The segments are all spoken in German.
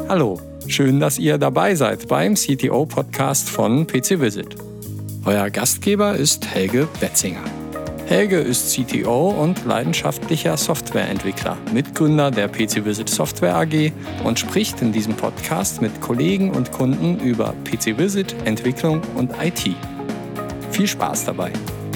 Hallo, schön, dass ihr dabei seid beim CTO-Podcast von PC Visit. Euer Gastgeber ist Helge Betzinger. Helge ist CTO und leidenschaftlicher Softwareentwickler, Mitgründer der PC Visit Software AG und spricht in diesem Podcast mit Kollegen und Kunden über PC Visit, Entwicklung und IT. Viel Spaß dabei.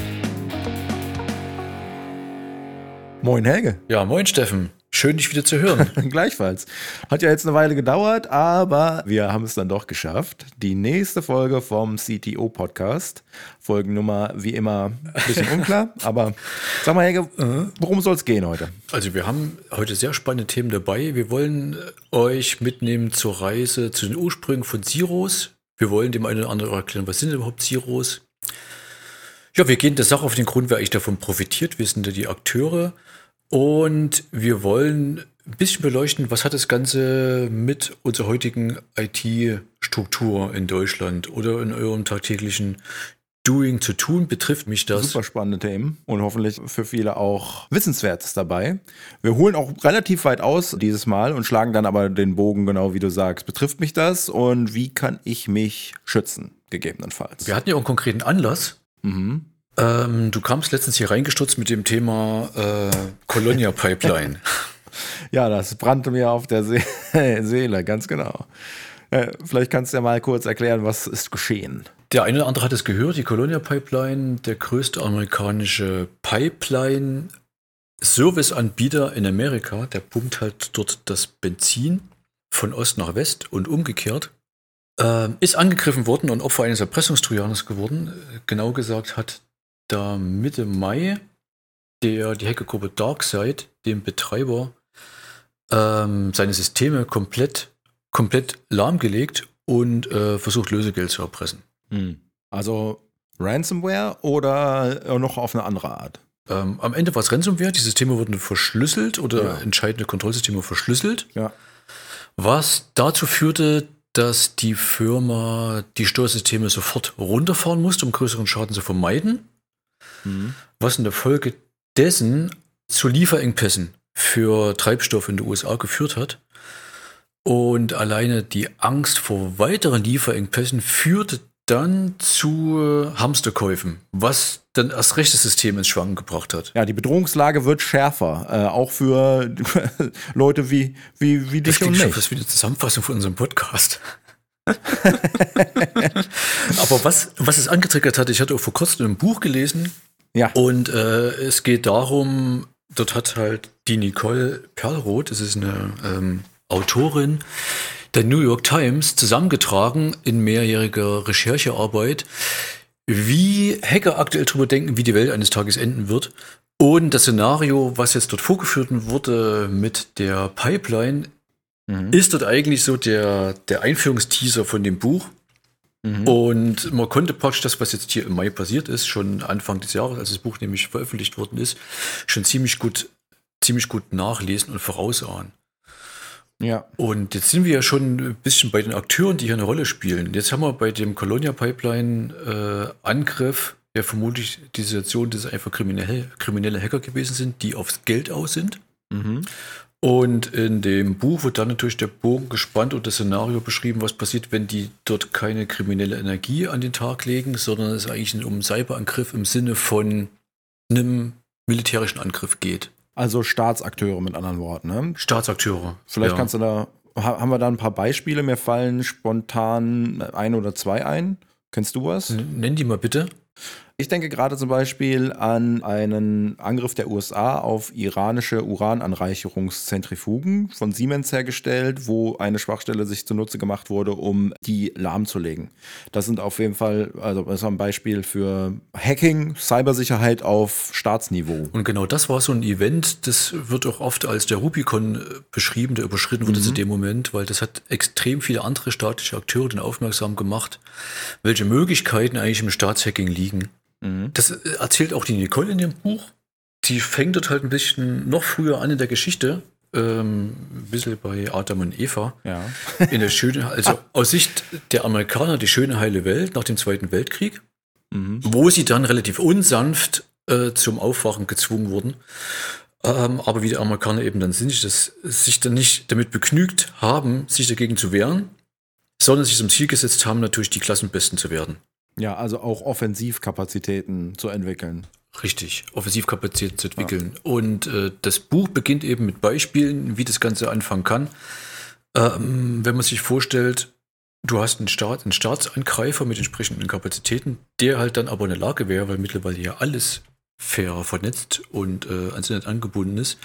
Moin Helge. Ja, moin Steffen. Schön, dich wieder zu hören. Gleichfalls. Hat ja jetzt eine Weile gedauert, aber wir haben es dann doch geschafft. Die nächste Folge vom CTO-Podcast. Folgennummer wie immer ein bisschen unklar, aber sag mal Helge, worum soll es gehen heute? Also wir haben heute sehr spannende Themen dabei. Wir wollen euch mitnehmen zur Reise zu den Ursprüngen von Zeros. Wir wollen dem einen oder anderen erklären, was sind überhaupt Zeros. Ja, wir gehen der Sache auf den Grund, wer eigentlich davon profitiert. Wir sind ja die Akteure. Und wir wollen ein bisschen beleuchten, was hat das Ganze mit unserer heutigen IT-Struktur in Deutschland oder in eurem tagtäglichen Doing zu tun. Betrifft mich das? Super spannende Themen und hoffentlich für viele auch Wissenswertes dabei. Wir holen auch relativ weit aus dieses Mal und schlagen dann aber den Bogen, genau wie du sagst. Betrifft mich das und wie kann ich mich schützen, gegebenenfalls? Wir hatten ja auch einen konkreten Anlass. Du kamst letztens hier reingestürzt mit dem Thema Colonia Pipeline. Ja, das brannte mir auf der Seele, ganz genau. Vielleicht kannst du ja mal kurz erklären, was ist geschehen. Der eine oder andere hat es gehört, die Colonia Pipeline, der größte amerikanische Pipeline-Serviceanbieter in Amerika, der pumpt halt dort das Benzin von Ost nach West und umgekehrt. Ist angegriffen worden und Opfer eines Erpressungstrojaners geworden. Genau gesagt hat da Mitte Mai die Hackergruppe DarkSide dem Betreiber seine Systeme komplett lahmgelegt und versucht Lösegeld zu erpressen. Also Ransomware oder noch auf eine andere Art? Am Ende war es Ransomware, die Systeme wurden verschlüsselt oder entscheidende Kontrollsysteme verschlüsselt, was dazu führte, dass die Firma die Steuersysteme sofort runterfahren musste, um größeren Schaden zu vermeiden. Was in der Folge dessen zu Lieferengpässen für Treibstoff in den USA geführt hat. Und alleine die Angst vor weiteren Lieferengpässen führte dann zu Hamsterkäufen, was dann erst recht das System ins Schwanken gebracht hat. Ja, die Bedrohungslage wird schärfer, auch für Leute wie dich das und mich. Das ist wie eine Zusammenfassung von unserem Podcast. Aber was es angetriggert hat, ich hatte auch vor kurzem ein Buch gelesen. Ja. Und es geht darum, dort hat halt die Nicole Perlroth, das ist eine Autorin der New York Times, zusammengetragen in mehrjähriger Recherchearbeit, wie Hacker aktuell darüber denken, wie die Welt eines Tages enden wird. Und das Szenario, was jetzt dort vorgeführt wurde mit der Pipeline, ist dort eigentlich so der Einführungsteaser von dem Buch. Und man konnte praktisch das, was jetzt hier im Mai passiert ist, schon Anfang des Jahres, als das Buch nämlich veröffentlicht worden ist, schon ziemlich gut nachlesen und vorausahnen. Ja. Und jetzt sind wir ja schon ein bisschen bei den Akteuren, die hier eine Rolle spielen. Jetzt haben wir bei dem Colonia Pipeline Angriff, ja vermutlich die Situation, dass es einfach kriminelle Hacker gewesen sind, die aufs Geld aus sind. Und in dem Buch wird dann natürlich der Bogen gespannt und das Szenario beschrieben, was passiert, wenn die dort keine kriminelle Energie an den Tag legen, sondern es eigentlich um Cyberangriff im Sinne von einem militärischen Angriff geht. Also Staatsakteure mit anderen Worten, ne? Staatsakteure. Vielleicht kannst du haben wir da ein paar Beispiele? Mir fallen spontan ein oder zwei ein. Kennst du was? Nenn die mal bitte. Ich denke gerade zum Beispiel an einen Angriff der USA auf iranische Urananreicherungszentrifugen von Siemens hergestellt, wo eine Schwachstelle sich zunutze gemacht wurde, um die lahmzulegen. Das sind auf jeden Fall, also das ist ein Beispiel für Hacking, Cybersicherheit auf Staatsniveau. Und genau das war so ein Event, das wird auch oft als der Rubicon beschrieben, der überschritten wurde zu dem Moment, weil das hat extrem viele andere staatliche Akteure dann aufmerksam gemacht, welche Möglichkeiten eigentlich im Staatshacking liegen. Das erzählt auch die Nicole in dem Buch. Die fängt dort halt ein bisschen noch früher an in der Geschichte. Ein bisschen bei Adam und Eva. Ja. In der also aus Sicht der Amerikaner die schöne heile Welt nach dem Zweiten Weltkrieg, wo sie dann relativ unsanft zum Aufwachen gezwungen wurden. Aber wie die Amerikaner eben dann sind, sich dann nicht damit begnügt haben, sich dagegen zu wehren, sondern sich zum Ziel gesetzt haben, natürlich die Klassenbesten zu werden. Ja, also auch Offensivkapazitäten zu entwickeln. Richtig, Offensivkapazität zu entwickeln. Ja. Und das Buch beginnt eben mit Beispielen, wie das Ganze anfangen kann. Wenn man sich vorstellt, du hast einen Staatsangreifer mit entsprechenden Kapazitäten, der halt dann aber in der Lage wäre, weil mittlerweile ja alles fair vernetzt und ans Internet angebunden ist,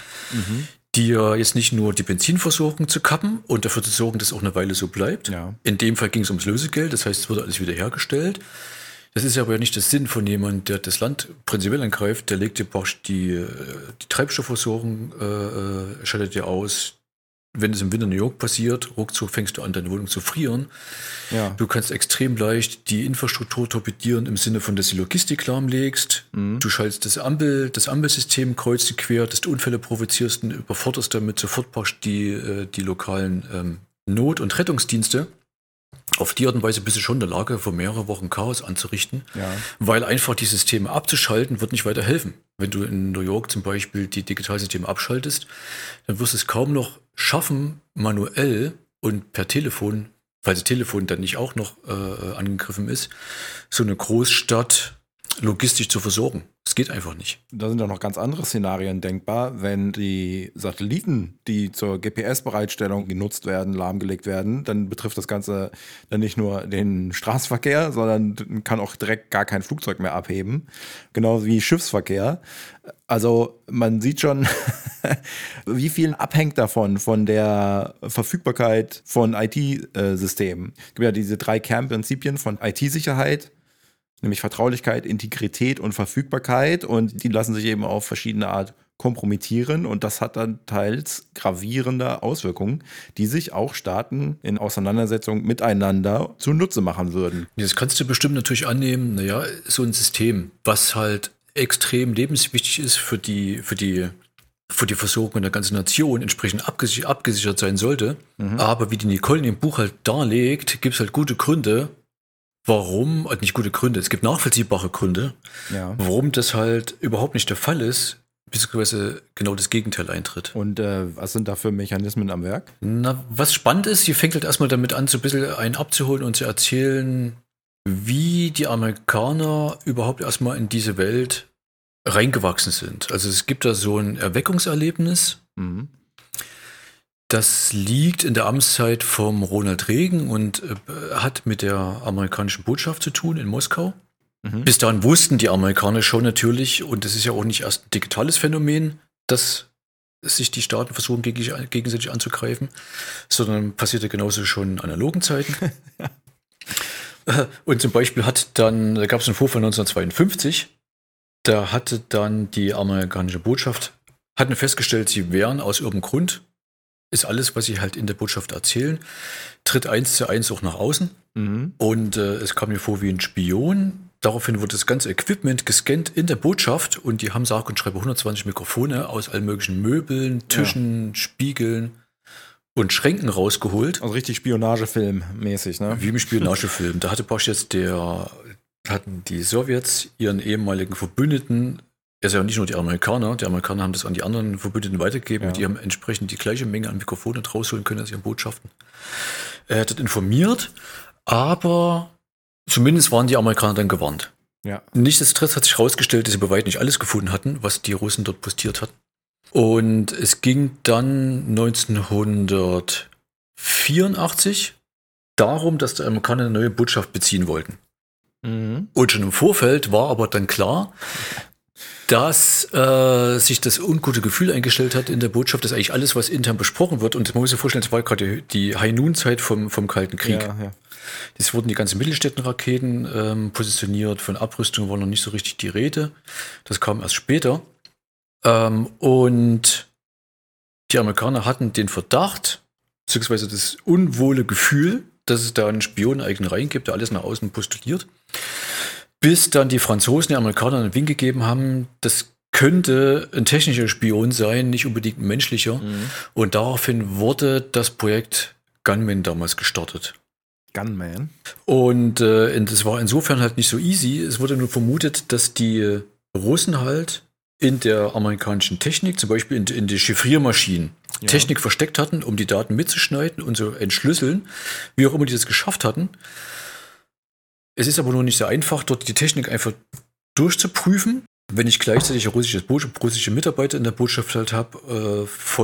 dir jetzt nicht nur die Benzinversorgung zu kappen und dafür zu sorgen, dass es auch eine Weile so bleibt. Ja. In dem Fall ging es ums Lösegeld, das heißt, es wurde alles wiederhergestellt. Das ist aber ja nicht der Sinn von jemandem, der das Land prinzipiell angreift. Der legt dir die Treibstoffversorgung, schaltet dir aus. Wenn es im Winter in New York passiert, ruckzuck fängst du an, deine Wohnung zu frieren. Ja. Du kannst extrem leicht die Infrastruktur torpedieren im Sinne von, dass du die Logistik lahmlegst. Du schaltest das Ampelsystem kreuz und quer, dass du Unfälle provozierst und überforderst damit sofort die lokalen Not- und Rettungsdienste. Auf die Art und Weise bist du schon in der Lage, für mehrere Wochen Chaos anzurichten, weil einfach die Systeme abzuschalten, wird nicht weiter helfen. Wenn du in New York zum Beispiel die Digitalsysteme abschaltest, dann wirst du es kaum noch schaffen, manuell und per Telefon, falls das Telefon dann nicht auch noch angegriffen ist, so eine Großstadt logistisch zu versorgen. Das geht einfach nicht. Da sind ja noch ganz andere Szenarien denkbar, wenn die Satelliten, die zur GPS-Bereitstellung genutzt werden, lahmgelegt werden, dann betrifft das Ganze dann nicht nur den Straßenverkehr, sondern kann auch direkt gar kein Flugzeug mehr abheben. Genauso wie Schiffsverkehr. Also man sieht schon, wie viel abhängt davon, von der Verfügbarkeit von IT-Systemen. Es gibt ja diese 3 Kernprinzipien von IT-Sicherheit, nämlich Vertraulichkeit, Integrität und Verfügbarkeit, und die lassen sich eben auf verschiedene Art kompromittieren, und das hat dann teils gravierende Auswirkungen, die sich auch Staaten in Auseinandersetzung miteinander zunutze machen würden. Das kannst du bestimmt natürlich annehmen, naja, so ein System, was halt extrem lebenswichtig ist für die Versorgung der ganzen Nation, entsprechend abgesichert sein sollte. Aber wie die Nicole in dem Buch halt darlegt, gibt es halt gute Gründe, warum, nicht gute Gründe, es gibt nachvollziehbare Gründe, warum das halt überhaupt nicht der Fall ist, beziehungsweise genau das Gegenteil eintritt. Und was sind da für Mechanismen am Werk? Na, was spannend ist, hier fängt halt erstmal damit an, so ein bisschen einen abzuholen und zu erzählen, wie die Amerikaner überhaupt erstmal in diese Welt reingewachsen sind. Also es gibt da so ein Erweckungserlebnis. Das liegt in der Amtszeit vom Ronald Reagan und hat mit der amerikanischen Botschaft zu tun in Moskau. Bis dahin wussten die Amerikaner schon natürlich, und das ist ja auch nicht erst ein digitales Phänomen, dass sich die Staaten versuchen, gegenseitig anzugreifen, sondern passierte genauso schon in analogen Zeiten. Und zum Beispiel da gab es einen Vorfall 1952, da hatte dann die amerikanische Botschaft, hatten festgestellt, sie wären aus irgendeinem Grund, ist alles, was sie halt in der Botschaft erzählen, tritt 1:1 auch nach außen. Und es kam mir vor wie ein Spion. Daraufhin wurde das ganze Equipment gescannt in der Botschaft, und die haben sage und schreibe 120 Mikrofone aus allen möglichen Möbeln, Tischen, Spiegeln und Schränken rausgeholt. Also richtig Spionagefilm-mäßig, ne? Wie im Spionagefilm. Da hatte hatten die Sowjets ihren ehemaligen Verbündeten, ist ja nicht nur die Amerikaner haben das an die anderen Verbündeten weitergegeben, und die haben entsprechend die gleiche Menge an Mikrofonen rausholen können aus ihren Botschaften. Er hat informiert, aber zumindest waren die Amerikaner dann gewarnt. Ja. Nichtsdestotrotz hat sich herausgestellt, dass sie bei weitem nicht alles gefunden hatten, was die Russen dort postiert hatten. Und es ging dann 1984 darum, dass die Amerikaner eine neue Botschaft beziehen wollten. Und schon im Vorfeld war aber dann klar, dass sich das ungute Gefühl eingestellt hat in der Botschaft, dass eigentlich alles, was intern besprochen wird, und man muss sich vorstellen, das war gerade die High-Noon-Zeit vom Kalten Krieg. Es wurden die ganzen Mittelstädtenraketen positioniert, von Abrüstung war noch nicht so richtig die Rede. Das kam erst später. Und die Amerikaner hatten den Verdacht, beziehungsweise das unwohle Gefühl, dass es da einen Spioneneigenen rein gibt, der alles nach außen postuliert. Bis dann die Franzosen den Amerikanern einen Wink gegeben haben, das könnte ein technischer Spion sein, nicht unbedingt ein menschlicher. Und daraufhin wurde das Projekt Gunman damals gestartet. Gunman? Und das war insofern halt nicht so easy. Es wurde nur vermutet, dass die Russen halt in der amerikanischen Technik, zum Beispiel in die Chiffriermaschinen, Technik versteckt hatten, um die Daten mitzuschneiden und zu entschlüsseln, wie auch immer die das geschafft hatten. Es ist aber nur nicht so einfach, dort die Technik einfach durchzuprüfen, wenn ich gleichzeitig russische Mitarbeiter in der Botschaft halt habe,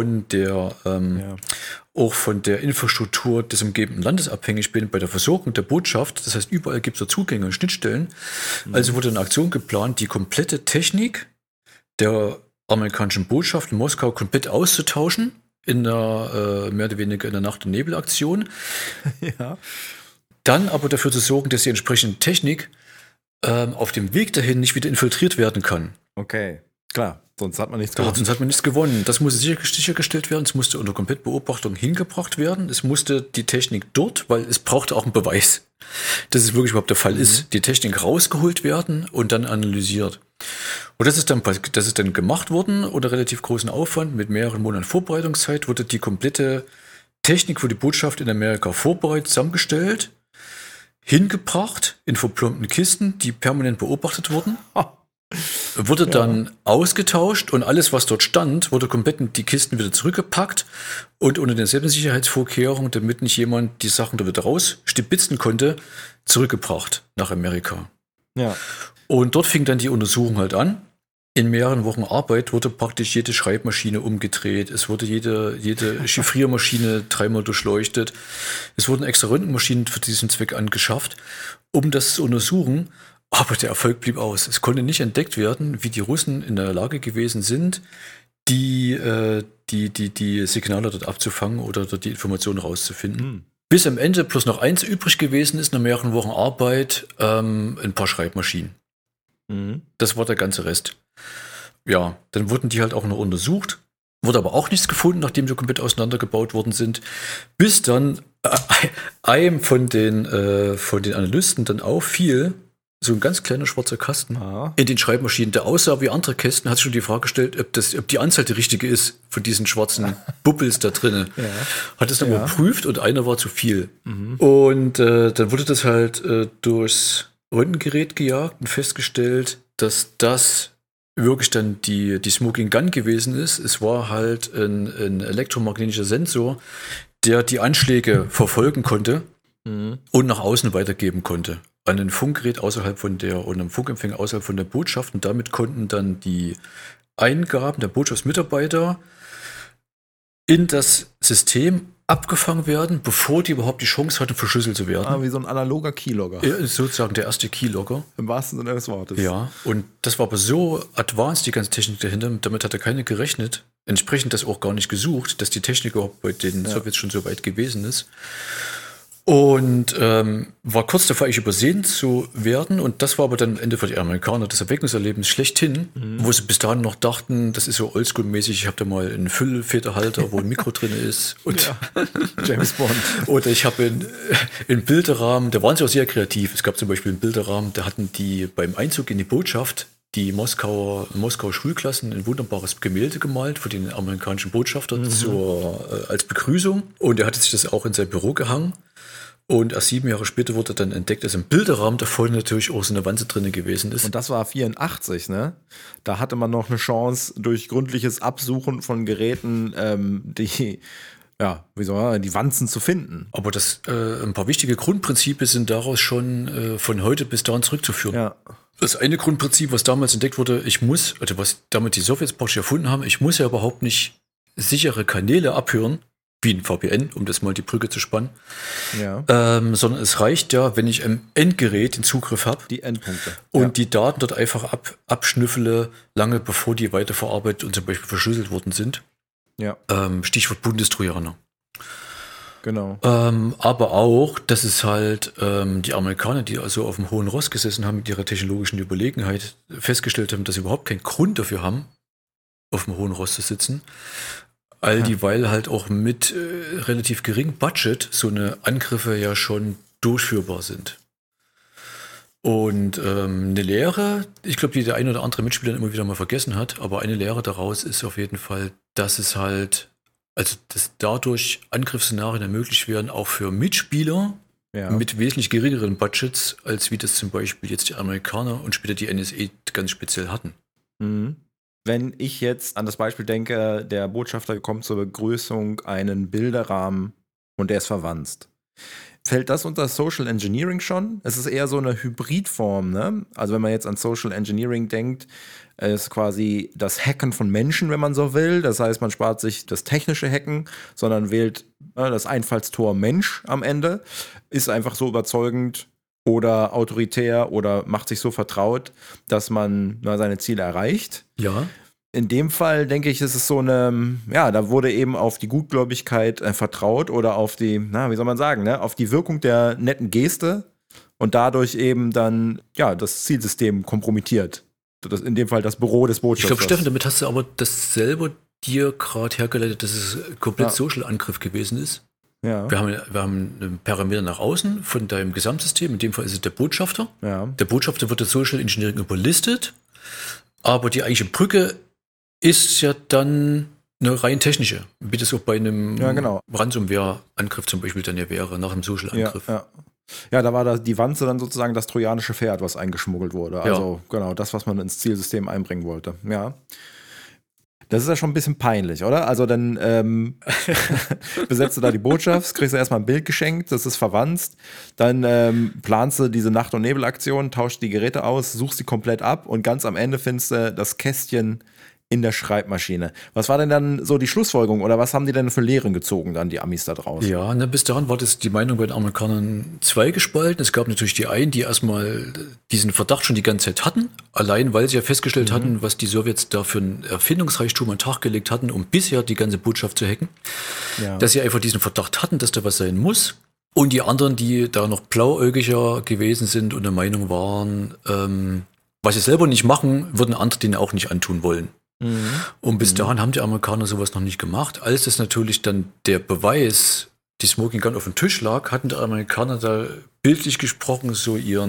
auch von der Infrastruktur des umgebenden Landes abhängig bin bei der Versorgung der Botschaft. Das heißt, überall gibt es da Zugänge und Schnittstellen. Also wurde eine Aktion geplant, die komplette Technik der amerikanischen Botschaft in Moskau komplett auszutauschen, in einer mehr oder weniger in der Nacht- und Nebelaktion. Ja. Dann aber dafür zu sorgen, dass die entsprechende Technik auf dem Weg dahin nicht wieder infiltriert werden kann. Okay, klar, sonst hat man nichts gewonnen. Sonst hat man nichts gewonnen. Das musste sichergestellt werden, es musste unter Komplettbeobachtung hingebracht werden, es musste die Technik dort, weil es brauchte auch einen Beweis, dass es wirklich überhaupt der Fall ist, die Technik rausgeholt werden und dann analysiert. Und das ist dann gemacht worden unter relativ großen Aufwand, mit mehreren Monaten Vorbereitungszeit, wurde die komplette Technik für die Botschaft in Amerika vorbereitet, zusammengestellt, hingebracht in verplombten Kisten, die permanent beobachtet wurden. Wurde dann ausgetauscht und alles, was dort stand, wurde komplett in die Kisten wieder zurückgepackt und unter denselben Sicherheitsvorkehrungen, damit nicht jemand die Sachen da wieder rausstibitzen konnte, zurückgebracht nach Amerika. Ja. Und dort fing dann die Untersuchung halt an. In mehreren Wochen Arbeit wurde praktisch jede Schreibmaschine umgedreht. Es wurde jede Chiffriermaschine dreimal durchleuchtet. Es wurden extra Röntgenmaschinen für diesen Zweck angeschafft, um das zu untersuchen. Aber der Erfolg blieb aus. Es konnte nicht entdeckt werden, wie die Russen in der Lage gewesen sind, die Signale dort abzufangen oder dort die Informationen rauszufinden. Bis am Ende bloß noch eins übrig gewesen ist, nach mehreren Wochen Arbeit, ein paar Schreibmaschinen. Das war der ganze Rest. Ja, dann wurden die halt auch noch untersucht, wurde aber auch nichts gefunden, nachdem sie komplett auseinandergebaut worden sind, bis dann einem von den Analysten dann auffiel, so ein ganz kleiner schwarzer Kasten in den Schreibmaschinen, der aussah wie andere Kästen, hat sich schon die Frage gestellt, ob die Anzahl die richtige ist von diesen schwarzen Bubbles da drinnen. Ja. Hat es dann überprüft und einer war zu viel. Und dann wurde das halt durchs Röntgengerät gejagt und festgestellt, dass das wirklich dann die Smoking Gun gewesen ist. Es war halt ein elektromagnetischer Sensor, der die Anschläge verfolgen konnte und nach außen weitergeben konnte. An ein Funkgerät und einem Funkempfänger außerhalb von der Botschaft. Und damit konnten dann die Eingaben der Botschaftsmitarbeiter in das System abgefangen werden, bevor die überhaupt die Chance hatten, verschlüsselt zu werden. Wie so ein analoger Keylogger. Ja, sozusagen der erste Keylogger. Im wahrsten Sinne des Wortes. Ja, und das war aber so advanced, die ganze Technik dahinter, damit hatte keiner gerechnet. Entsprechend das auch gar nicht gesucht, dass die Technik überhaupt bei den Sowjets schon so weit gewesen ist. Und war kurz davor, eigentlich übersehen zu werden. Und das war aber dann am Ende für die Amerikaner das Erweckungserlebnis schlechthin, wo sie bis dahin noch dachten, das ist so oldschool-mäßig, ich habe da mal einen Füllfederhalter, wo ein Mikro drin ist. Und James Bond. Oder ich habe einen Bilderrahmen, da waren sie auch sehr kreativ. Es gab zum Beispiel einen Bilderrahmen, da hatten die beim Einzug in die Botschaft die Moskauer Schulklassen ein wunderbares Gemälde gemalt für den amerikanischen Botschafter als Begrüßung. Und er hatte sich das auch in sein Büro gehangen. Und erst 7 Jahre später wurde dann entdeckt, dass im Bilderrahmen davor natürlich auch so eine Wanze drin gewesen ist. Und das war 84, ne? Da hatte man noch eine Chance, durch gründliches Absuchen von Geräten die Wanzen zu finden. Aber ein paar wichtige Grundprinzipien sind daraus schon von heute bis dahin zurückzuführen. Ja. Das eine Grundprinzip, was damals entdeckt wurde, was damit die Sowjets praktisch erfunden haben, ich muss ja überhaupt nicht sichere Kanäle abhören, wie ein VPN, um das mal die Brücke zu spannen, sondern es reicht ja, wenn ich am Endgerät den Zugriff habe. Die Endpunkte. Und die Daten dort einfach abschnüffele, lange bevor die weiterverarbeitet und zum Beispiel verschlüsselt worden sind. Ja. Stichwort Bundestrojaner. Genau. Aber auch, dass es halt die Amerikaner, die also auf dem hohen Ross gesessen haben mit ihrer technologischen Überlegenheit, festgestellt haben, dass sie überhaupt keinen Grund dafür haben, auf dem hohen Ross zu sitzen. All dieweil halt auch mit relativ geringem Budget so eine Angriffe ja schon durchführbar sind. Und eine Lehre, ich glaube, die der ein oder andere Mitspieler immer wieder mal vergessen hat, aber eine Lehre daraus ist auf jeden Fall, dass dadurch Angriffsszenarien ermöglicht werden, auch für Mitspieler mit wesentlich geringeren Budgets, als wie das zum Beispiel jetzt die Amerikaner und später die NSA ganz speziell hatten. Mhm. wenn ich jetzt an das Beispiel denke, der Botschafter bekommt zur Begrüßung einen Bilderrahmen und der ist verwanzt. Fällt das unter Social Engineering schon? Es ist eher so eine Hybridform, ne? Also wenn man jetzt an Social Engineering denkt, ist quasi das Hacken von Menschen, wenn man so will. Das heißt, man spart sich das technische Hacken, sondern wählt das Einfallstor Mensch am Ende. Ist einfach so überzeugend oder autoritär oder macht sich so vertraut, dass man seine Ziele erreicht. Ja. In dem Fall, denke ich, ist es so eine, ja, da wurde eben auf die Gutgläubigkeit vertraut oder auf die, wie soll man sagen, ne, auf die Wirkung der netten Geste und dadurch eben dann, ja, das Zielsystem kompromittiert. Das, in dem Fall das Büro des Ich Botschafters. glaube, Steffen, damit hast du aber das selber dir gerade hergeleitet, dass es komplett Social-Angriff gewesen ist. Ja. Wir haben einen Parameter nach außen von deinem Gesamtsystem. In dem Fall ist es der Botschafter. Ja. Der Botschafter wird der Social Engineering überlistet, aber die eigentliche Brücke ist ja dann eine rein technische, wie das auch bei einem Ransomware-Angriff zum Beispiel dann ja wäre, nach einem Social-Angriff. Ja, da war die Wanze dann sozusagen das trojanische Pferd, was eingeschmuggelt wurde. Also genau, das, was man ins Zielsystem einbringen wollte. Ja. Das ist ja schon ein bisschen peinlich, oder? Also dann besetzt du da die Botschaft, kriegst du erstmal ein Bild geschenkt, das ist verwanzt, dann planst du diese Nacht- und Nebelaktion, tauscht die Geräte aus, suchst sie komplett ab und ganz am Ende findest du das Kästchen in der Schreibmaschine. Was war denn dann so die Schlussfolgerung oder was haben die denn für Lehren gezogen, dann die Amis da draußen? Ja, bis dahin war das die Meinung bei den Amerikanern zweigespalten. Es gab natürlich die einen, die erstmal diesen Verdacht schon die ganze Zeit hatten, allein weil sie ja festgestellt hatten, was die Sowjets da für ein Erfindungsreichtum an den Tag gelegt hatten, um bisher die ganze Botschaft zu hacken. Ja. Dass sie einfach diesen Verdacht hatten, dass da was sein muss. Und die anderen, die da noch blauäugiger gewesen sind und der Meinung waren, was sie selber nicht machen, würden andere denen auch nicht antun wollen. Und bis dahin haben die Amerikaner sowas noch nicht gemacht. Als das natürlich dann der Beweis, die Smoking Gun auf dem Tisch lag, hatten die Amerikaner da bildlich gesprochen so ihr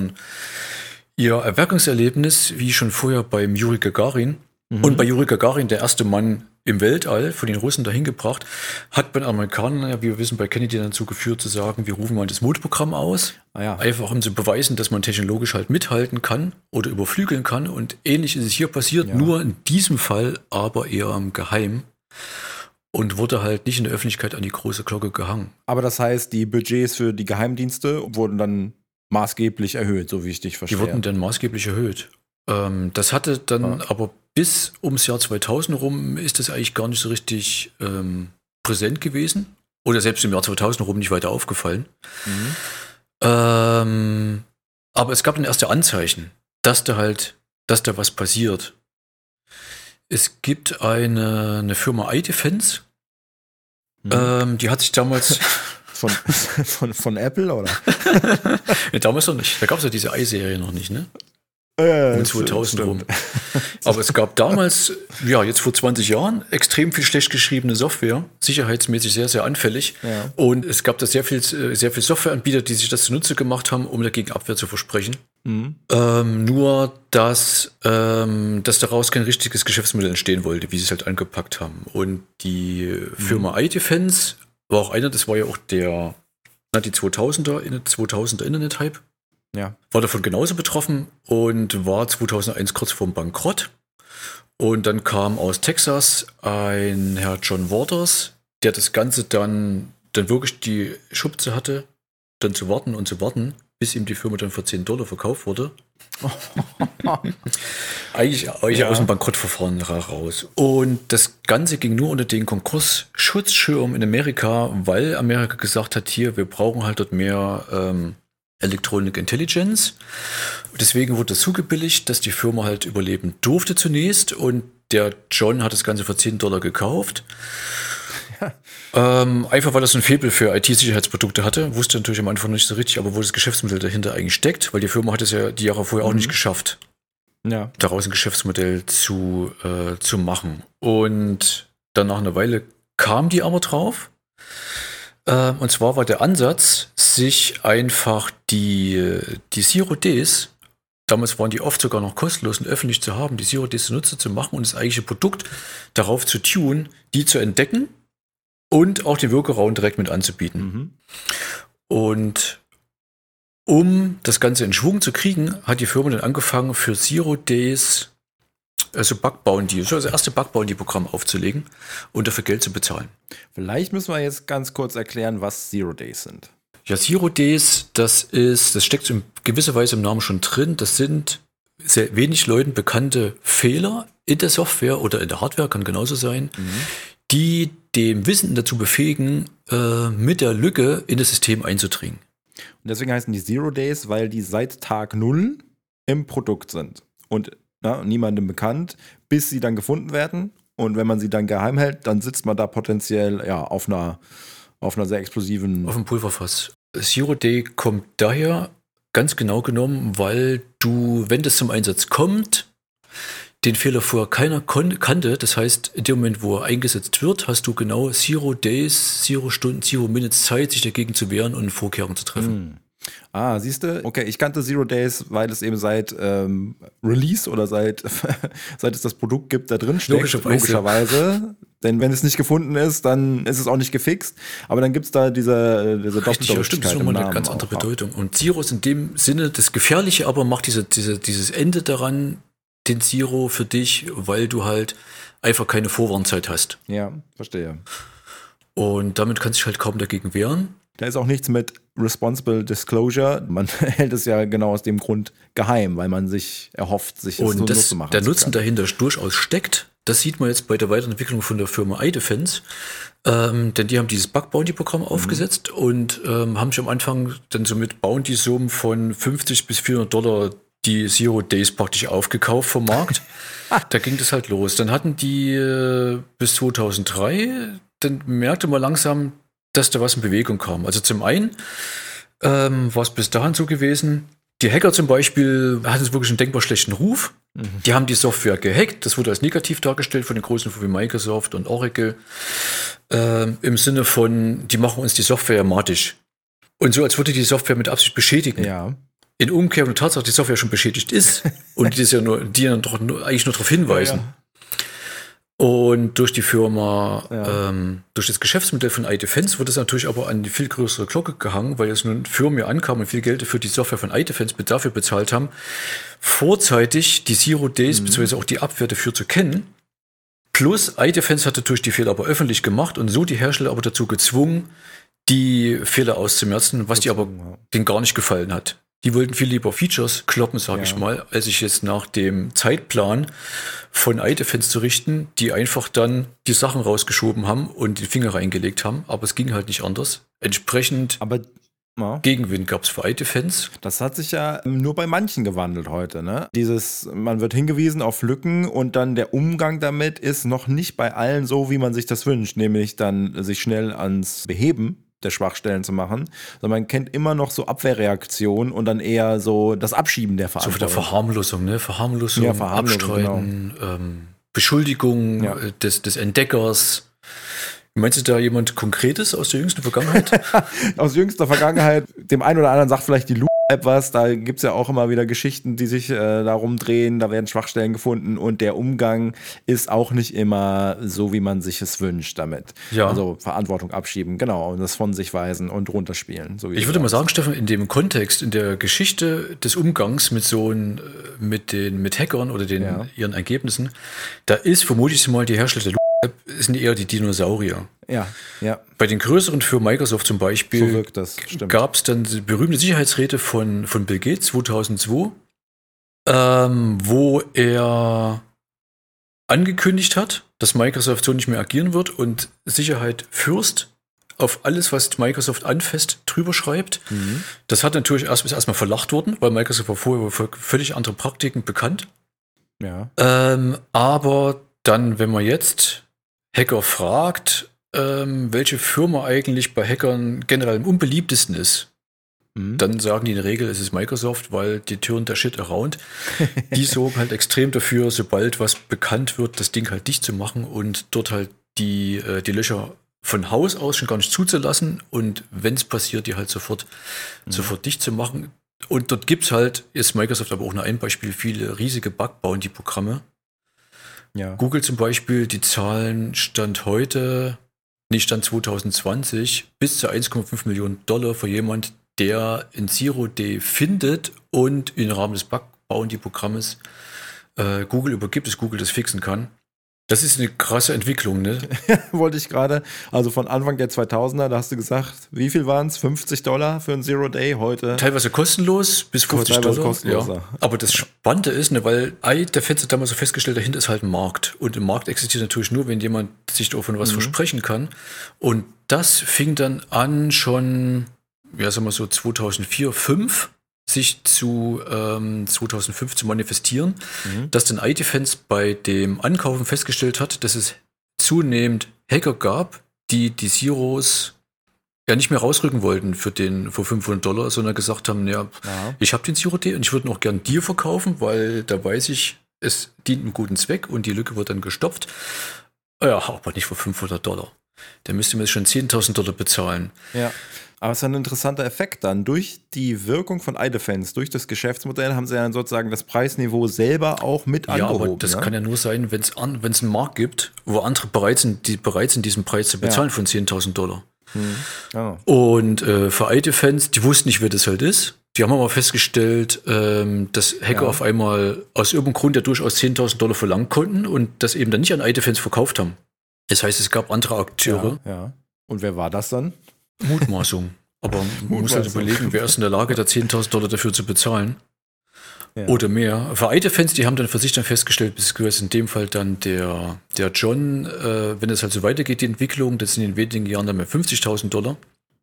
Erweckungserlebnis, wie schon vorher beim Juri Gagarin. Und bei Juri Gagarin, der erste Mann im Weltall, von den Russen dahin gebracht, hat bei den Amerikanern, ja, wie wir wissen, bei Kennedy dazu geführt, zu sagen, wir rufen mal das Mondprogramm aus. Einfach um zu beweisen, dass man technologisch halt mithalten kann oder überflügeln kann. Und ähnlich ist es hier passiert, nur in diesem Fall aber eher im Geheim. Und wurde halt nicht in der Öffentlichkeit an die große Glocke gehangen. Aber das heißt, die Budgets für die Geheimdienste wurden dann maßgeblich erhöht, so wie ich dich verstehe. Die wurden dann maßgeblich erhöht. Das hatte dann aber bis ums Jahr 2000 rum ist das eigentlich gar nicht so richtig präsent gewesen. Oder selbst im Jahr 2000 rum nicht weiter aufgefallen. Aber es gab dann erste Anzeichen, dass da was passiert. Es gibt eine Firma iDefense, die hat sich damals... Von Apple, oder? Ja, damals noch nicht. Da gab es ja diese i-Serie noch nicht, ne? Um 2000 rum. Aber es gab damals, ja, jetzt vor 20 Jahren, extrem viel schlecht geschriebene Software, sicherheitsmäßig sehr, sehr anfällig. Ja. Und es gab da sehr viel Softwareanbieter, die sich das zunutze gemacht haben, um dagegen Abwehr zu versprechen. Nur, dass daraus kein richtiges Geschäftsmodell entstehen wollte, wie sie es halt angepackt haben. Und die Firma iDefense war auch einer, das war ja auch die 2000er Internet-Hype. Ja. War davon genauso betroffen und war 2001 kurz vorm Bankrott. Und dann kam aus Texas ein Herr John Waters, der das Ganze dann wirklich die Schubse hatte, dann zu warten, bis ihm die Firma dann für $10 verkauft wurde. Eigentlich aus dem Bankrottverfahren raus. Und das Ganze ging nur unter den Konkursschutzschirm in Amerika, weil Amerika gesagt hat, hier, wir brauchen halt dort mehr Electronic Intelligence. Deswegen wurde das zugebilligt, dass die Firma halt überleben durfte zunächst und der John hat das Ganze für $10 gekauft. Einfach weil er so ein Faible für IT-Sicherheitsprodukte hatte. Wusste natürlich am Anfang nicht so richtig, aber wo das Geschäftsmodell dahinter eigentlich steckt, weil die Firma hat es ja die Jahre vorher auch nicht geschafft, daraus ein Geschäftsmodell zu machen. Und dann nach einer Weile kam die aber drauf. Und zwar war der Ansatz, sich einfach die Zero-Ds, damals waren die oft sogar noch kostenlos und öffentlich zu haben, die Zero-Ds zunutze zu machen und das eigentliche Produkt darauf zu tunen, die zu entdecken und auch den Workaround direkt mit anzubieten. Und um das Ganze in Schwung zu kriegen, hat die Firma dann angefangen, für Zero-Ds also Bug Bounty, so das erste Bug Bounty-Programm aufzulegen und dafür Geld zu bezahlen. Vielleicht müssen wir jetzt ganz kurz erklären, was Zero Days sind. Ja, Zero Days, das steckt in gewisser Weise im Namen schon drin. Das sind sehr wenig Leuten bekannte Fehler in der Software oder in der Hardware, kann genauso sein, die dem Wissen dazu befähigen, mit der Lücke in das System einzudringen. Und deswegen heißen die Zero Days, weil die seit Tag 0 im Produkt sind und niemandem bekannt, bis sie dann gefunden werden. Und wenn man sie dann geheim hält, dann sitzt man da potenziell auf einer sehr explosiven... Auf dem Pulverfass. Zero Day kommt daher, ganz genau genommen, weil du, wenn das zum Einsatz kommt, den Fehler vorher keiner kannte. Das heißt, in dem Moment, wo er eingesetzt wird, hast du genau 0 Days, 0 Stunden, 0 Minutes Zeit, sich dagegen zu wehren und Vorkehrungen zu treffen. Siehst du? Okay, ich kannte Zero Days, weil es eben seit Release oder seit es das Produkt gibt, da drin steckt. Logischerweise. Denn wenn es nicht gefunden ist, dann ist es auch nicht gefixt. Aber dann gibt es da diese Doppeldeutigkeit. Ja, stimmt, das ist nochmal eine ganz andere Bedeutung. Und Zero ist in dem Sinne das Gefährliche, aber macht dieses Ende daran, den Zero für dich, weil du halt einfach keine Vorwarnzeit hast. Ja, verstehe. Und damit kannst du dich halt kaum dagegen wehren. Da ist auch nichts mit Responsible Disclosure. Man hält es ja genau aus dem Grund geheim, weil man sich erhofft, sich es und Nutzen machen der Nutzen dahinter durchaus steckt. Das sieht man jetzt bei der Weiterentwicklung von der Firma iDefense. Denn die haben dieses Bug-Bounty-Programm aufgesetzt und haben sich am Anfang dann so mit Bounty-Summen von $50 bis $400 die Zero Days praktisch aufgekauft vom Markt. Da ging das halt los. Dann hatten die bis 2003, dann merkte man langsam, dass da was in Bewegung kam. Also zum einen war es bis dahin so gewesen, die Hacker zum Beispiel hatten wirklich einen denkbar schlechten Ruf. Die haben die Software gehackt. Das wurde als negativ dargestellt von den großen wie Microsoft und Oracle. Im Sinne von, die machen uns die Software matig. Und so, als würde die Software mit Absicht beschädigen. Ja. In Umkehrung der Tatsache, dass die Software schon beschädigt ist und die dann doch eigentlich nur darauf hinweisen. Ja. Und durch die Firma, durch das Geschäftsmodell von iDefense wird es natürlich aber an die viel größere Glocke gehangen, weil es nun Firmen hier ankamen und viel Geld für die Software von iDefense dafür bezahlt haben, vorzeitig die Zero Days bzw. auch die Abwehr dafür zu kennen. Plus iDefense hat natürlich die Fehler aber öffentlich gemacht und so die Hersteller aber dazu gezwungen, die Fehler auszumerzen, was die aber denen gar nicht gefallen hat. Die wollten viel lieber Features kloppen, sage ich mal, als sich jetzt nach dem Zeitplan von iDefense zu richten, die einfach dann die Sachen rausgeschoben haben und die Finger reingelegt haben. Aber es ging halt nicht anders. Entsprechend Gegenwind gab es für iDefense. Das hat sich ja nur bei manchen gewandelt heute, ne? Man wird hingewiesen auf Lücken und dann der Umgang damit ist noch nicht bei allen so, wie man sich das wünscht, nämlich dann sich schnell ans Beheben der Schwachstellen zu machen, sondern man kennt immer noch so Abwehrreaktionen und dann eher so das Abschieben der Verantwortung. So für der Verharmlosung, ne? Verharmlosung, Abstreiten, genau. Beschuldigung des Entdeckers. Meinst du da jemand Konkretes aus der jüngsten Vergangenheit? Aus jüngster Vergangenheit, dem einen oder anderen sagt vielleicht die App was, da gibt es ja auch immer wieder Geschichten, die sich darum drehen, da werden Schwachstellen gefunden und der Umgang ist auch nicht immer so, wie man sich es wünscht damit. Ja. Also Verantwortung abschieben, genau, und das von sich weisen und runterspielen. So wie ich würde mal sagen, Stefan, in dem Kontext, in der Geschichte des Umgangs mit mit Hackern oder ihren Ergebnissen, da ist vermutlich mal die Hersteller der sind eher die Dinosaurier. Ja. Bei den größeren für Microsoft zum Beispiel so wirkt das, gab es dann die berühmte Sicherheitsräte von Bill Gates 2002, wo er angekündigt hat, dass Microsoft so nicht mehr agieren wird und Sicherheit First auf alles, was Microsoft anfasst, drüber schreibt. Das hat natürlich erstmal verlacht worden, weil Microsoft war vorher für völlig andere Praktiken bekannt. Ja. Aber dann, wenn man jetzt Hacker fragt, welche Firma eigentlich bei Hackern generell am unbeliebtesten ist, dann sagen die in der Regel, es ist Microsoft, weil die turn der Shit around. Die sorgen halt extrem dafür, sobald was bekannt wird, das Ding halt dicht zu machen und dort halt die Löcher von Haus aus schon gar nicht zuzulassen und wenn es passiert, die halt sofort dicht zu machen. Und dort gibt es halt, ist Microsoft aber auch nur ein Beispiel, viele riesige Bug-Bounty-Programme. Ja. Google zum Beispiel, die Zahlen Stand 2020 bis zu $1,5 Millionen für jemand, der in Zero Day findet und im Rahmen des Bug-Bounty-Programmes Google übergibt, dass Google das fixen kann. Das ist eine krasse Entwicklung, ne? Wollte ich gerade. Also von Anfang der 2000er, da hast du gesagt, wie viel waren es? $50 für ein Zero-Day heute? Teilweise kostenlos, bis $50. Kostenloser. Ja. Aber das Spannende ist, ne, weil iDefense hat damals so festgestellt, dahinter ist halt ein Markt. Und im Markt existiert natürlich nur, wenn jemand sich davon was versprechen kann. Und das fing dann an schon, ja, sagen wir so 2004, 2005 sich zu 2005 zu manifestieren, dass dann iDefense bei dem Ankaufen festgestellt hat, dass es zunehmend Hacker gab, die Zeros ja nicht mehr rausrücken wollten für $500, sondern gesagt haben, ja. Ich habe den Zero Day und ich würde ihn auch gern dir verkaufen, weil da weiß ich, es dient einem guten Zweck und die Lücke wird dann gestopft. Ja, aber nicht für $500. Der müsste mir schon $10.000 bezahlen. Ja. Aber es ist ein interessanter Effekt dann. Durch die Wirkung von iDefense, durch das Geschäftsmodell, haben sie dann sozusagen das Preisniveau selber auch mit angehoben. Ja, aber das kann ja nur sein, wenn es einen Markt gibt, wo andere bereit sind, diesen Preis zu bezahlen von $10.000. Ja. Und für iDefense, die wussten nicht, wer das halt ist. Die haben aber festgestellt, dass Hacker auf einmal aus irgendeinem Grund ja durchaus $10.000 verlangen konnten und das eben dann nicht an iDefense verkauft haben. Das heißt, es gab andere Akteure. Ja. Und wer war das dann? Mutmaßung. Aber man muss halt überlegen, wer ist in der Lage, da $10.000 dafür zu bezahlen. Ja. Oder mehr. Für iDefense, die haben dann für sich dann festgestellt, beziehungsweise in dem Fall dann der John, wenn es halt so weitergeht, die Entwicklung, das sind in wenigen Jahren dann mehr $50.000.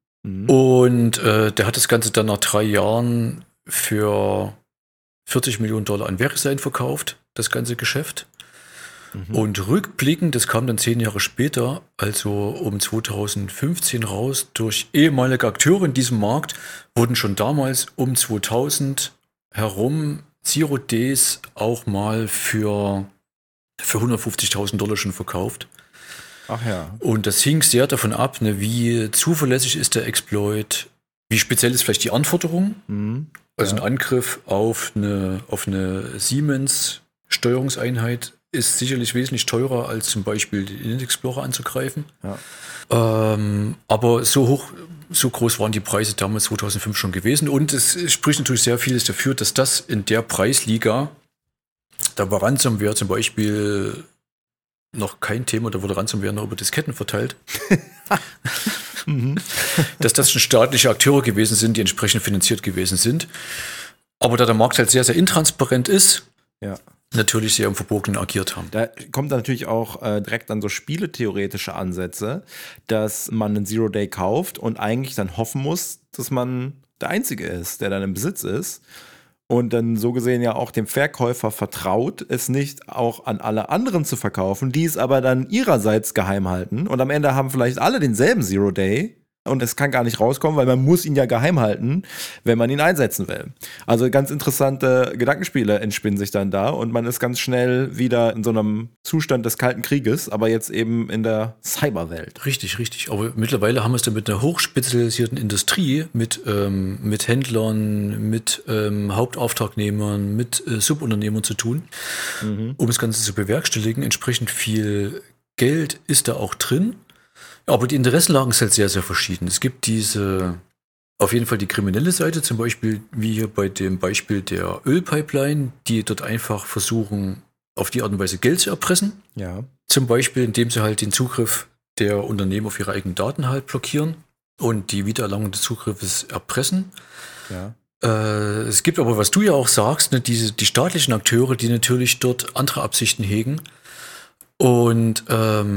Und der hat das Ganze dann nach 3 Jahren für $40 Millionen an VeriSign verkauft, das ganze Geschäft. Und rückblickend, das kam dann 10 Jahre später, also um 2015 raus, durch ehemalige Akteure in diesem Markt, wurden schon damals um 2000 herum Zero Days auch mal für $150.000 schon verkauft. Ach ja. Und das hing sehr davon ab, ne, wie zuverlässig ist der Exploit, wie speziell ist vielleicht die Anforderung. Also ein Angriff auf eine Siemens-Steuerungseinheit ist sicherlich wesentlich teurer, als zum Beispiel den Internet Explorer anzugreifen. Ja. Aber so groß waren die Preise damals 2005 schon gewesen. Und es spricht natürlich sehr vieles dafür, dass das in der Preisliga, da war Ransomware zum Beispiel noch kein Thema, da wurde Ransomware noch über Disketten verteilt. Dass das schon staatliche Akteure gewesen sind, die entsprechend finanziert gewesen sind. Aber da der Markt halt sehr, sehr intransparent ist, natürlich sehr im Verborgenen agiert haben. Da kommt dann natürlich auch direkt an so spieletheoretische Ansätze, dass man einen Zero Day kauft und eigentlich dann hoffen muss, dass man der Einzige ist, der dann im Besitz ist. Und dann so gesehen ja auch dem Verkäufer vertraut, es nicht auch an alle anderen zu verkaufen, die es aber dann ihrerseits geheim halten. Und am Ende haben vielleicht alle denselben Zero Day. Und es kann gar nicht rauskommen, weil man muss ihn ja geheim halten, wenn man ihn einsetzen will. Also ganz interessante Gedankenspiele entspinnen sich dann da und man ist ganz schnell wieder in so einem Zustand des Kalten Krieges, aber jetzt eben in der Cyberwelt. Richtig. Aber mittlerweile haben wir es dann mit einer hochspezialisierten Industrie, mit Händlern, mit Hauptauftragnehmern, mit Subunternehmern zu tun, um das Ganze zu bewerkstelligen. Entsprechend viel Geld ist da auch drin. Aber die Interessenlagen sind halt sehr, sehr verschieden. Es gibt auf jeden Fall die kriminelle Seite, zum Beispiel wie hier bei dem Beispiel der Ölpipeline, die dort einfach versuchen, auf die Art und Weise Geld zu erpressen. Ja. Zum Beispiel, indem sie halt den Zugriff der Unternehmen auf ihre eigenen Daten halt blockieren und die Wiedererlangung des Zugriffes erpressen. Ja. Es gibt aber, was du ja auch sagst, ne, die staatlichen Akteure, die natürlich dort andere Absichten hegen. Und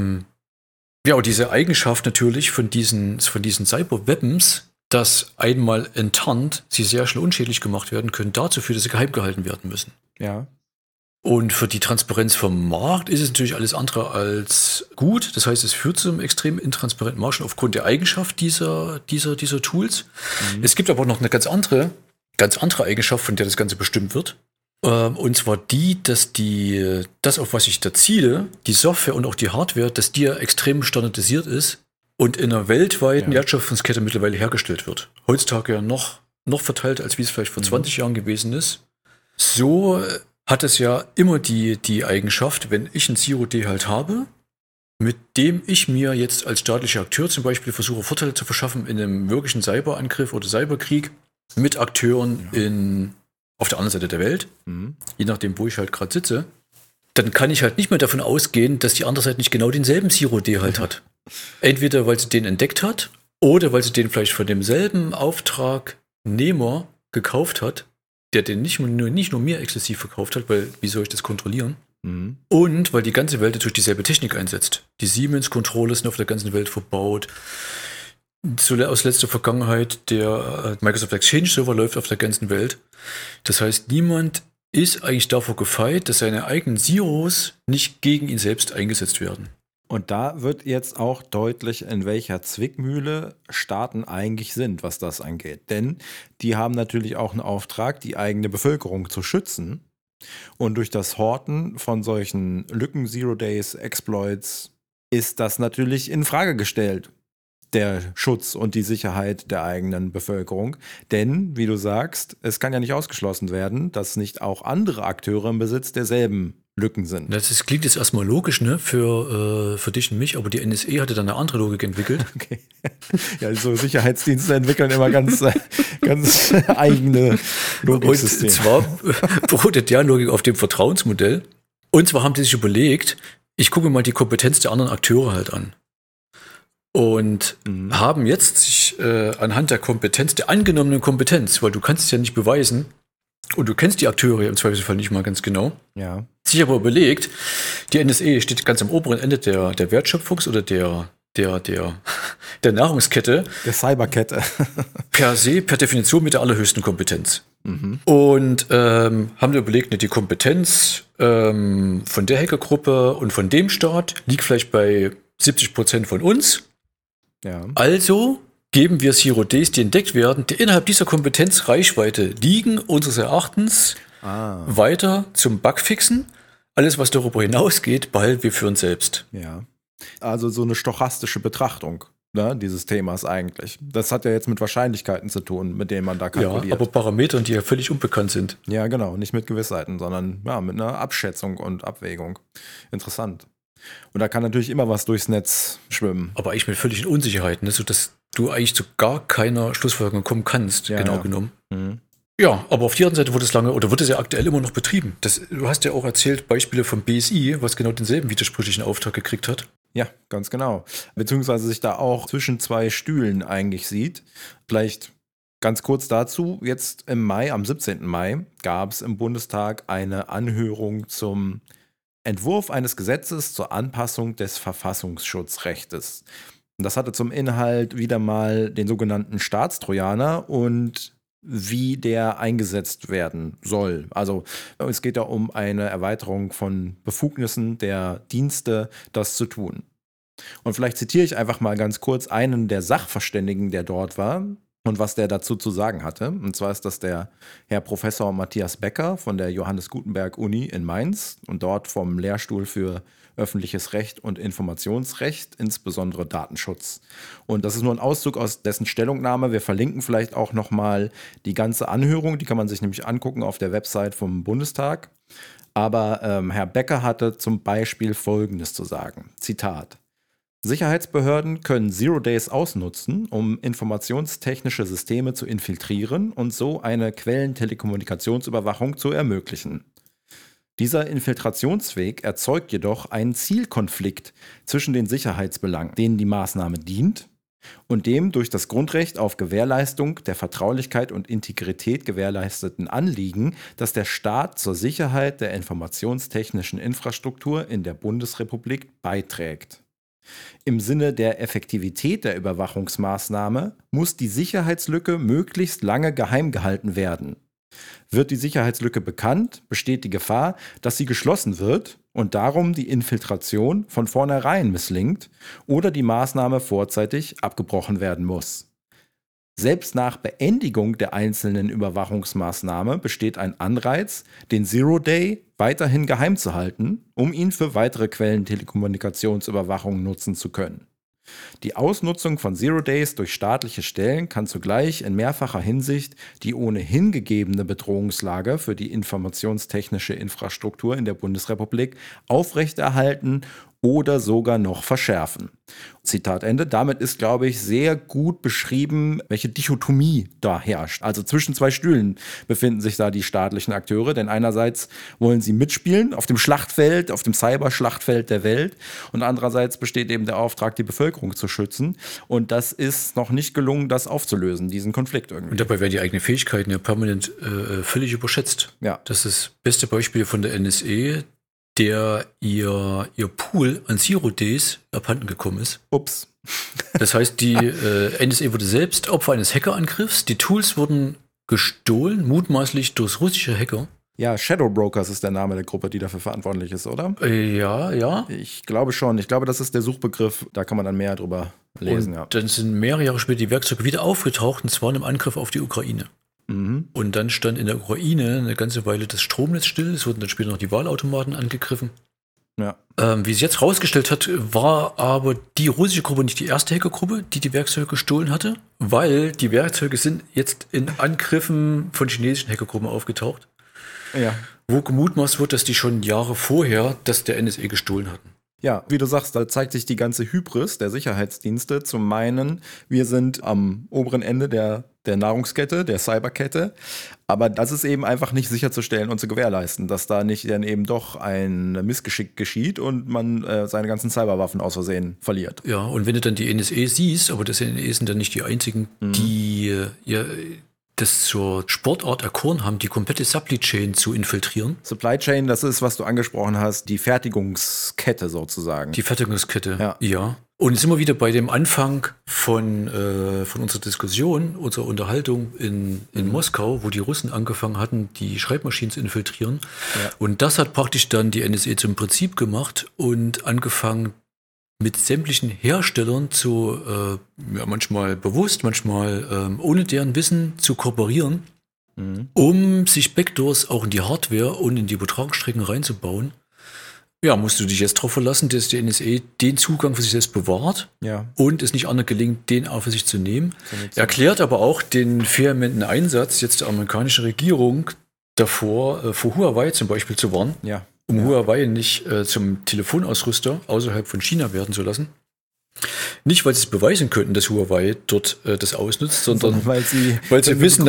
und diese Eigenschaft natürlich von diesen Cyber-Weapons, dass einmal enttarnt sie sehr schnell unschädlich gemacht werden können, dazu führt, dass sie geheim gehalten werden müssen. Ja. Und für die Transparenz vom Markt ist es natürlich alles andere als gut. Das heißt, es führt zu einem extrem intransparenten Markt schon aufgrund der Eigenschaft dieser Tools. Es gibt aber noch eine ganz andere Eigenschaft, von der das Ganze bestimmt wird. Und zwar dass das, auf was ich da ziele, die Software und auch die Hardware, dass die ja extrem standardisiert ist und in einer weltweiten Wertschöpfungskette mittlerweile hergestellt wird. Heutzutage ja noch verteilt, als wie es vielleicht vor 20 Jahren gewesen ist. So hat es ja immer die Eigenschaft, wenn ich ein Zero Day halt habe, mit dem ich mir jetzt als staatlicher Akteur zum Beispiel versuche, Vorteile zu verschaffen in einem wirklichen Cyberangriff oder Cyberkrieg mit Akteuren in auf der anderen Seite der Welt, je nachdem, wo ich halt gerade sitze, dann kann ich halt nicht mehr davon ausgehen, dass die andere Seite nicht genau denselben Zero-Day halt hat. Entweder, weil sie den entdeckt hat oder weil sie den vielleicht von demselben Auftragnehmer gekauft hat, der den nicht nur mir exklusiv verkauft hat, weil wie soll ich das kontrollieren? Und weil die ganze Welt natürlich dieselbe Technik einsetzt. Die Siemens-Controller sind auf der ganzen Welt verbaut. Aus letzter Vergangenheit, der Microsoft Exchange Server läuft auf der ganzen Welt. Das heißt, niemand ist eigentlich davor gefeit, dass seine eigenen Zeros nicht gegen ihn selbst eingesetzt werden. Und da wird jetzt auch deutlich, in welcher Zwickmühle Staaten eigentlich sind, was das angeht. Denn die haben natürlich auch einen Auftrag, die eigene Bevölkerung zu schützen. Und durch das Horten von solchen Lücken, Zero Days, Exploits ist das natürlich in Frage gestellt, der Schutz und die Sicherheit der eigenen Bevölkerung. Denn, wie du sagst, es kann ja nicht ausgeschlossen werden, dass nicht auch andere Akteure im Besitz derselben Lücken sind. Das klingt jetzt erstmal logisch, ne, für dich und mich, aber die NSA hatte dann eine andere Logik entwickelt. Okay. Ja, so Sicherheitsdienste entwickeln immer ganz eigene Logiksysteme. Und zwar beruht die Logik auf dem Vertrauensmodell. Und zwar haben die sich überlegt, ich gucke mir mal die Kompetenz der anderen Akteure halt an. Und haben jetzt sich anhand der Kompetenz, der angenommenen Kompetenz, weil du kannst es ja nicht beweisen, und du kennst die Akteure im Zweifelsfall nicht mal ganz genau, sich aber überlegt, die NSA steht ganz am oberen Ende der Wertschöpfungs- oder der Nahrungskette. Der Cyberkette. Per Definition mit der allerhöchsten Kompetenz. Und haben überlegt, die Kompetenz von der Hackergruppe und von dem Staat liegt vielleicht bei 70% von uns. Ja. Also geben wir Zero Days, die entdeckt werden, die innerhalb dieser Kompetenzreichweite liegen, unseres Erachtens weiter zum Bugfixen. Alles, was darüber hinausgeht, behalten wir für uns selbst. Ja. Also so eine stochastische Betrachtung, ne, dieses Themas eigentlich. Das hat ja jetzt mit Wahrscheinlichkeiten zu tun, mit denen man da kalkuliert. Ja, aber Parametern, die ja völlig unbekannt sind. Ja, genau. Nicht mit Gewissheiten, sondern mit einer Abschätzung und Abwägung. Interessant. Und da kann natürlich immer was durchs Netz schwimmen. Aber eigentlich mit völligen Unsicherheiten, sodass du eigentlich zu gar keiner Schlussfolgerung kommen kannst, genommen. Ja, aber auf der anderen Seite wird es ja aktuell immer noch betrieben. Du hast ja auch erzählt, Beispiele vom BSI, was genau denselben widersprüchlichen Auftrag gekriegt hat. Ja, ganz genau. Beziehungsweise sich da auch zwischen zwei Stühlen eigentlich sieht. Vielleicht ganz kurz dazu, jetzt im Mai, am 17. Mai, gab es im Bundestag eine Anhörung zum Entwurf eines Gesetzes zur Anpassung des Verfassungsschutzrechtes. Das hatte zum Inhalt wieder mal den sogenannten Staatstrojaner und wie der eingesetzt werden soll. Also es geht da um eine Erweiterung von Befugnissen der Dienste, das zu tun. Und vielleicht zitiere ich einfach mal ganz kurz einen der Sachverständigen, der dort war und was der dazu zu sagen hatte. Und zwar ist das der Herr Professor Matthias Becker von der Johannes Gutenberg Uni in Mainz und dort vom Lehrstuhl für öffentliches Recht und Informationsrecht, insbesondere Datenschutz. Und das ist nur ein Auszug aus dessen Stellungnahme. Wir verlinken vielleicht auch nochmal die ganze Anhörung, die kann man sich nämlich angucken auf der Website vom Bundestag. Aber Herr Becker hatte zum Beispiel Folgendes zu sagen, Zitat: Sicherheitsbehörden können Zero Days ausnutzen, um informationstechnische Systeme zu infiltrieren und so eine Quellentelekommunikationsüberwachung zu ermöglichen. Dieser Infiltrationsweg erzeugt jedoch einen Zielkonflikt zwischen den Sicherheitsbelangen, denen die Maßnahme dient, und dem durch das Grundrecht auf Gewährleistung der Vertraulichkeit und Integrität gewährleisteten Anliegen, das der Staat zur Sicherheit der informationstechnischen Infrastruktur in der Bundesrepublik beiträgt. Im Sinne der Effektivität der Überwachungsmaßnahme muss die Sicherheitslücke möglichst lange geheim gehalten werden. Wird die Sicherheitslücke bekannt, besteht die Gefahr, dass sie geschlossen wird und darum die Infiltration von vornherein misslingt oder die Maßnahme vorzeitig abgebrochen werden muss. Selbst nach Beendigung der einzelnen Überwachungsmaßnahme besteht ein Anreiz, den Zero Day weiterhin geheim zu halten, um ihn für weitere Quellentelekommunikationsüberwachung nutzen zu können. Die Ausnutzung von Zero Days durch staatliche Stellen kann zugleich in mehrfacher Hinsicht die ohnehin gegebene Bedrohungslage für die informationstechnische Infrastruktur in der Bundesrepublik aufrechterhalten oder sogar noch verschärfen. Zitat Ende. Damit ist, glaube ich, sehr gut beschrieben, welche Dichotomie da herrscht. Also zwischen zwei Stühlen befinden sich da die staatlichen Akteure, denn einerseits wollen sie mitspielen auf dem Schlachtfeld, auf dem Cyber-Schlachtfeld der Welt und andererseits besteht eben der Auftrag, die Bevölkerung zu schützen und das ist noch nicht gelungen, das aufzulösen, diesen Konflikt irgendwie. Und dabei werden die eigenen Fähigkeiten ja permanent völlig überschätzt. Ja. Das ist das beste Beispiel von der NSA, der ihr Pool an Zero Days abhanden gekommen ist. Ups. Das heißt, die NSA wurde selbst Opfer eines Hackerangriffs. Die Tools wurden gestohlen, mutmaßlich durch russische Hacker. Ja, Shadow Brokers ist der Name der Gruppe, die dafür verantwortlich ist, oder? Ja. Ich glaube schon. Ich glaube, das ist der Suchbegriff. Da kann man dann mehr drüber lesen. Und dann sind mehrere Jahre später die Werkzeuge wieder aufgetaucht, und zwar in einem Angriff auf die Ukraine. Mhm. Und dann stand in der Ukraine eine ganze Weile das Stromnetz still. Es wurden dann später noch die Wahlautomaten angegriffen. Ja. Wie es jetzt rausgestellt hat, war aber die russische Gruppe nicht die erste Hackergruppe, die die Werkzeuge gestohlen hatte, weil die Werkzeuge sind jetzt in Angriffen von chinesischen Hackergruppen aufgetaucht, Ja. wo gemutmaßt wird, dass die schon Jahre vorher das der NSA gestohlen hatten. Ja, wie du sagst, da zeigt sich die ganze Hybris der Sicherheitsdienste. Zum einen, wir sind am oberen Ende der Nahrungskette, der Cyberkette. Aber das ist eben einfach nicht sicherzustellen und zu gewährleisten, dass da nicht dann eben doch ein Missgeschick geschieht und man seine ganzen Cyberwaffen aus Versehen verliert. Ja, und wenn du dann die NSA siehst, aber das NSA sind dann nicht die einzigen, die das zur Sportart erkoren haben, die komplette Supply Chain zu infiltrieren. Supply Chain, das ist, was du angesprochen hast, die Fertigungskette sozusagen. Die Fertigungskette, ja. Und jetzt sind wir wieder bei dem Anfang von unserer Diskussion, unserer Unterhaltung in Moskau, wo die Russen angefangen hatten, die Schreibmaschinen zu infiltrieren. Ja. Und das hat praktisch dann die NSA zum Prinzip gemacht und angefangen, mit sämtlichen Herstellern zu, manchmal bewusst, manchmal ohne deren Wissen zu kooperieren, um sich Backdoors auch in die Hardware und in die Übertragungsstrecken reinzubauen. Ja, musst du dich jetzt darauf verlassen, dass die NSA den Zugang für sich selbst bewahrt und es nicht anderen gelingt, den auch für sich zu nehmen. Erklärt aber auch den vehementen Einsatz jetzt der amerikanischen Regierung davor, vor Huawei zum Beispiel zu warnen. Ja. Um Huawei nicht zum Telefonausrüster außerhalb von China werden zu lassen. Nicht, weil sie es beweisen könnten, dass Huawei dort das ausnutzt, sondern weil sie wissen,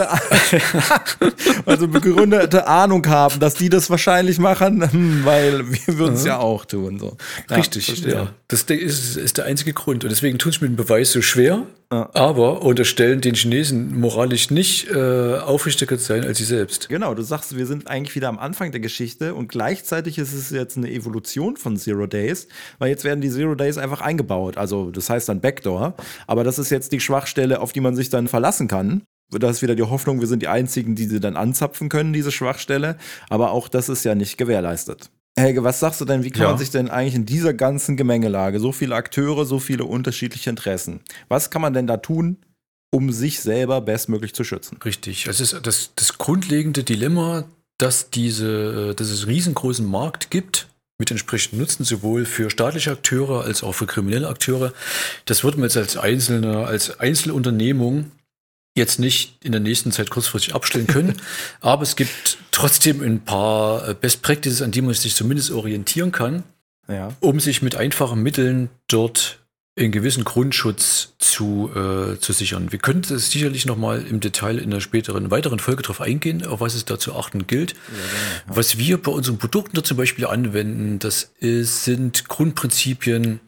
weil sie begründete Ahnung haben, dass die das wahrscheinlich machen, weil wir würden es ja auch tun. So. Richtig, ja. Das ist der einzige Grund. Und deswegen tun es mit dem Beweis so schwer, aber unterstellen den Chinesen moralisch nicht aufrichtiger zu sein als sie selbst. Genau, du sagst, wir sind eigentlich wieder am Anfang der Geschichte und gleichzeitig ist es jetzt eine Evolution von Zero Days, weil jetzt werden die Zero Days einfach eingebaut. Also das heißt dann Backdoor, aber das ist jetzt die Schwachstelle, auf die man sich dann verlassen kann. Da ist wieder die Hoffnung, wir sind die Einzigen, die sie dann anzapfen können, diese Schwachstelle, aber auch das ist ja nicht gewährleistet. Helge, was sagst du denn, wie kann man sich denn eigentlich in dieser ganzen Gemengelage, so viele Akteure, so viele unterschiedliche Interessen, was kann man denn da tun, um sich selber bestmöglich zu schützen? Richtig, es ist das grundlegende Dilemma, dass es riesengroßen Markt gibt, mit entsprechendem Nutzen, sowohl für staatliche Akteure als auch für kriminelle Akteure. Das wird man jetzt als Einzelunternehmung jetzt nicht in der nächsten Zeit kurzfristig abstellen können. Aber es gibt trotzdem ein paar Best Practices, an die man sich zumindest orientieren kann, um sich mit einfachen Mitteln dort einen gewissen Grundschutz zu sichern. Wir können das sicherlich nochmal im Detail in einer weiteren Folge darauf eingehen, auf was es da zu achten gilt. Ja. Was wir bei unseren Produkten da zum Beispiel anwenden, sind Grundprinzipien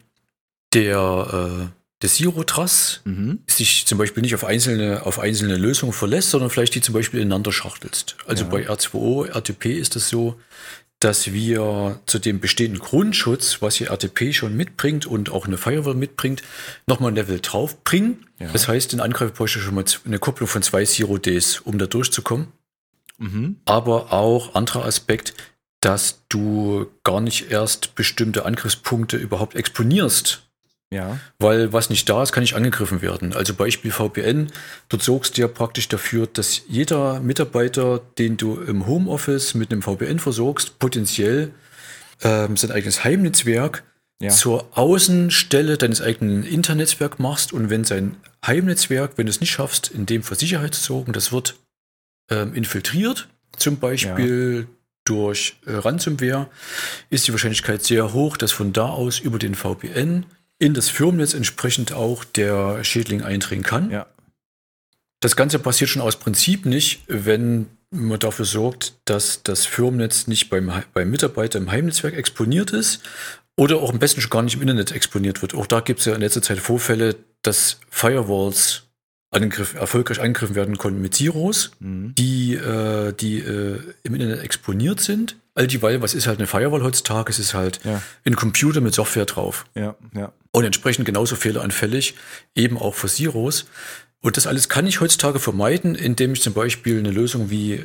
des Zero Trust, sich zum Beispiel nicht auf einzelne Lösungen verlässt, sondern vielleicht die zum Beispiel ineinander schachtelst. Also bei R2O, RTP ist das so, dass wir zu dem bestehenden Grundschutz, was hier RTP schon mitbringt und auch eine Firewall mitbringt, nochmal ein Level drauf bringen. Ja. Das heißt, ein Angreifer bräuchte schon mal eine Kopplung von 2 Zero Days, um da durchzukommen. Aber auch anderer Aspekt, dass du gar nicht erst bestimmte Angriffspunkte überhaupt exponierst. Ja. Weil was nicht da ist, kann nicht angegriffen werden. Also Beispiel VPN, dort sorgst du ja praktisch dafür, dass jeder Mitarbeiter, den du im Homeoffice mit einem VPN versorgst, potenziell sein eigenes Heimnetzwerk zur Außenstelle deines eigenen Internetnetzwerks machst. Und wenn sein Heimnetzwerk, wenn du es nicht schaffst, in dem für Sicherheit zu sorgen, das wird infiltriert. Zum Beispiel durch Ransomware, ist die Wahrscheinlichkeit sehr hoch, dass von da aus über den VPN in das Firmennetz entsprechend auch der Schädling eindringen kann. Ja. Das Ganze passiert schon aus Prinzip nicht, wenn man dafür sorgt, dass das Firmennetz nicht beim Mitarbeiter im Heimnetzwerk exponiert ist oder auch am besten schon gar nicht im Internet exponiert wird. Auch da gibt es ja in letzter Zeit Vorfälle, dass Firewalls erfolgreich angegriffen werden konnten mit Zeros, die im Internet exponiert sind. All dieweil, was ist halt eine Firewall heutzutage? Es ist halt ein Computer mit Software drauf. Ja. Und entsprechend genauso fehleranfällig, eben auch für Zeros. Und das alles kann ich heutzutage vermeiden, indem ich zum Beispiel eine Lösung wie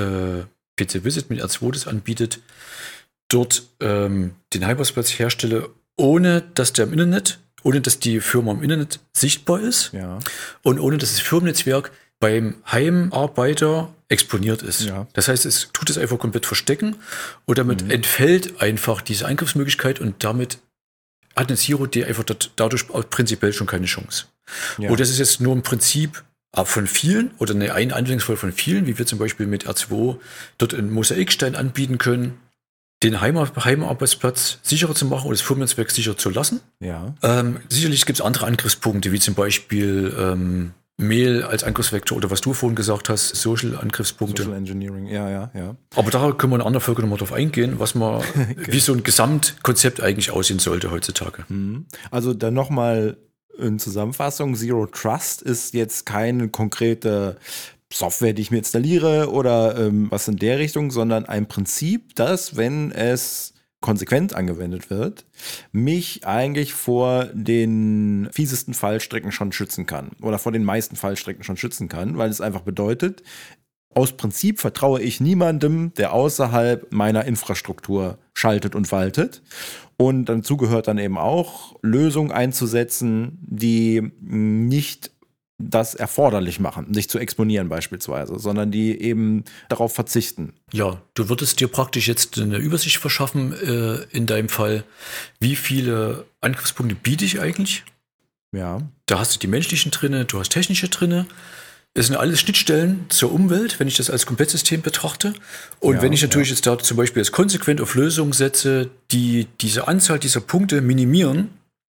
PC Visit mit R2 das anbietet, dort den Hypersplatz herstelle, ohne dass die Firma im Internet sichtbar ist und ohne dass das Firmennetzwerk beim Heimarbeiter exponiert ist. Ja. Das heißt, es tut es einfach komplett verstecken und damit entfällt einfach diese Angriffsmöglichkeit und damit hat eine Zero die einfach dadurch prinzipiell schon keine Chance. Ja. Und das ist jetzt nur im Prinzip von vielen oder ein Anwendungsfall von vielen, wie wir zum Beispiel mit R2 dort einen Mosaikstein anbieten können, den Heimarbeitsplatz sicherer zu machen oder das Firmennetzwerk sicher zu lassen. Ja. Sicherlich gibt es andere Angriffspunkte, wie zum Beispiel Mail als Angriffsvektor oder was du vorhin gesagt hast, Social-Angriffspunkte. Social Engineering, ja. Aber da können wir in einer anderen Folge nochmal drauf eingehen, was man, wie so ein Gesamtkonzept eigentlich aussehen sollte heutzutage. Also dann nochmal in Zusammenfassung, Zero Trust ist jetzt keine konkrete Software, die ich mir installiere oder was in der Richtung, sondern ein Prinzip, das, wenn es konsequent angewendet wird, mich eigentlich vor den fiesesten Fallstricken schon schützen kann oder vor den meisten Fallstricken schon schützen kann, weil es einfach bedeutet, aus Prinzip vertraue ich niemandem, der außerhalb meiner Infrastruktur schaltet und waltet. Und dazu gehört dann eben auch, Lösungen einzusetzen, die nicht das erforderlich machen, sich zu exponieren beispielsweise, sondern die eben darauf verzichten. Ja, du würdest dir praktisch jetzt eine Übersicht verschaffen, in deinem Fall, wie viele Angriffspunkte biete ich eigentlich? Ja. Da hast du die menschlichen drinne, du hast technische drinne. Es sind alles Schnittstellen zur Umwelt, wenn ich das als Komplettsystem betrachte. Und wenn ich natürlich jetzt da zum Beispiel jetzt konsequent auf Lösungen setze, die diese Anzahl dieser Punkte minimieren,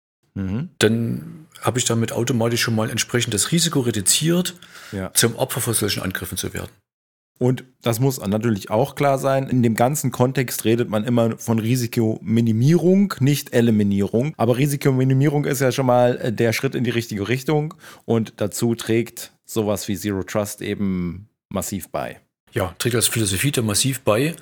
dann habe ich damit automatisch schon mal entsprechend das Risiko reduziert, zum Opfer von solchen Angriffen zu werden. Und das muss natürlich auch klar sein, in dem ganzen Kontext redet man immer von Risikominimierung, nicht Eliminierung. Aber Risikominimierung ist ja schon mal der Schritt in die richtige Richtung und dazu trägt sowas wie Zero Trust eben massiv bei. Ja, trägt als Philosophie da massiv bei.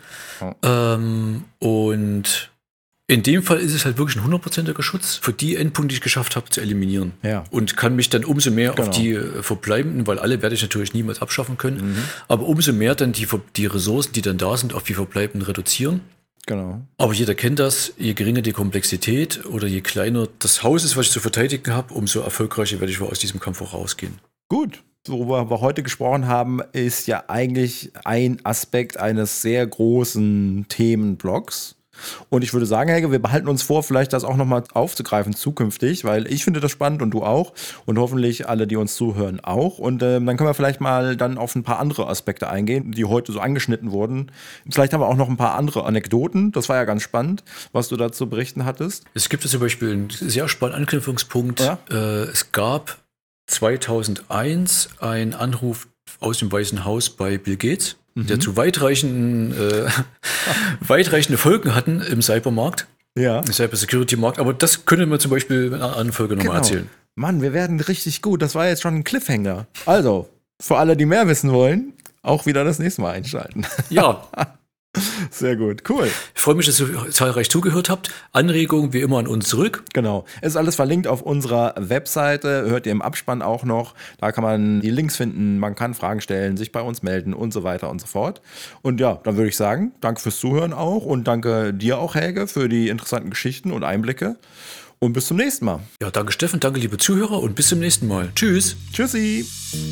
Und in dem Fall ist es halt wirklich ein 100%iger Schutz für die Endpunkte, die ich geschafft habe, zu eliminieren. Ja. Und kann mich dann umso mehr auf die verbleibenden, weil alle werde ich natürlich niemals abschaffen können, aber umso mehr dann die Ressourcen, die dann da sind, auf die verbleibenden reduzieren. Genau. Aber jeder kennt das, je geringer die Komplexität oder je kleiner das Haus ist, was ich zu verteidigen habe, umso erfolgreicher werde ich aus diesem Kampf auch rausgehen. Gut. Worüber wir heute gesprochen haben, ist ja eigentlich ein Aspekt eines sehr großen Themenblocks. Und ich würde sagen, Helge, wir behalten uns vor, vielleicht das auch nochmal aufzugreifen zukünftig, weil ich finde das spannend und du auch und hoffentlich alle, die uns zuhören, auch. Und dann können wir vielleicht mal dann auf ein paar andere Aspekte eingehen, die heute so angeschnitten wurden. Vielleicht haben wir auch noch ein paar andere Anekdoten. Das war ja ganz spannend, was du dazu berichten hattest. Es gibt zum Beispiel einen sehr spannenden Anknüpfungspunkt. Ja? Es gab 2001 einen Anruf aus dem Weißen Haus bei Bill Gates, der zu weitreichende Folgen hatten im Cybermarkt, im Cybersecurity-Markt. Aber das können wir zum Beispiel in einer anderen Folge nochmal erzählen. Mann, wir werden richtig gut. Das war jetzt schon ein Cliffhanger. Also, für alle, die mehr wissen wollen, auch wieder das nächste Mal einschalten. Ja. Sehr gut, cool. Ich freue mich, dass ihr zahlreich zugehört habt. Anregungen wie immer an uns zurück. Genau. Es ist alles verlinkt auf unserer Webseite. Hört ihr im Abspann auch noch. Da kann man die Links finden. Man kann Fragen stellen, sich bei uns melden und so weiter und so fort. Und ja, dann würde ich sagen, danke fürs Zuhören auch und danke dir auch, Helge, für die interessanten Geschichten und Einblicke. Und bis zum nächsten Mal. Ja, danke Steffen, danke liebe Zuhörer und bis zum nächsten Mal. Tschüss. Tschüssi.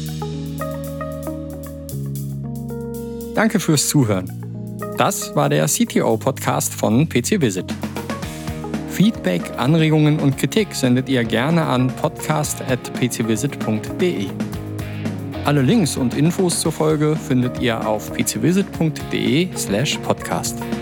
Danke fürs Zuhören. Das war der CTO-Podcast von PC Visit. Feedback, Anregungen und Kritik sendet ihr gerne an podcast@pcvisit.de. Alle Links und Infos zur Folge findet ihr auf pcvisit.de/podcast.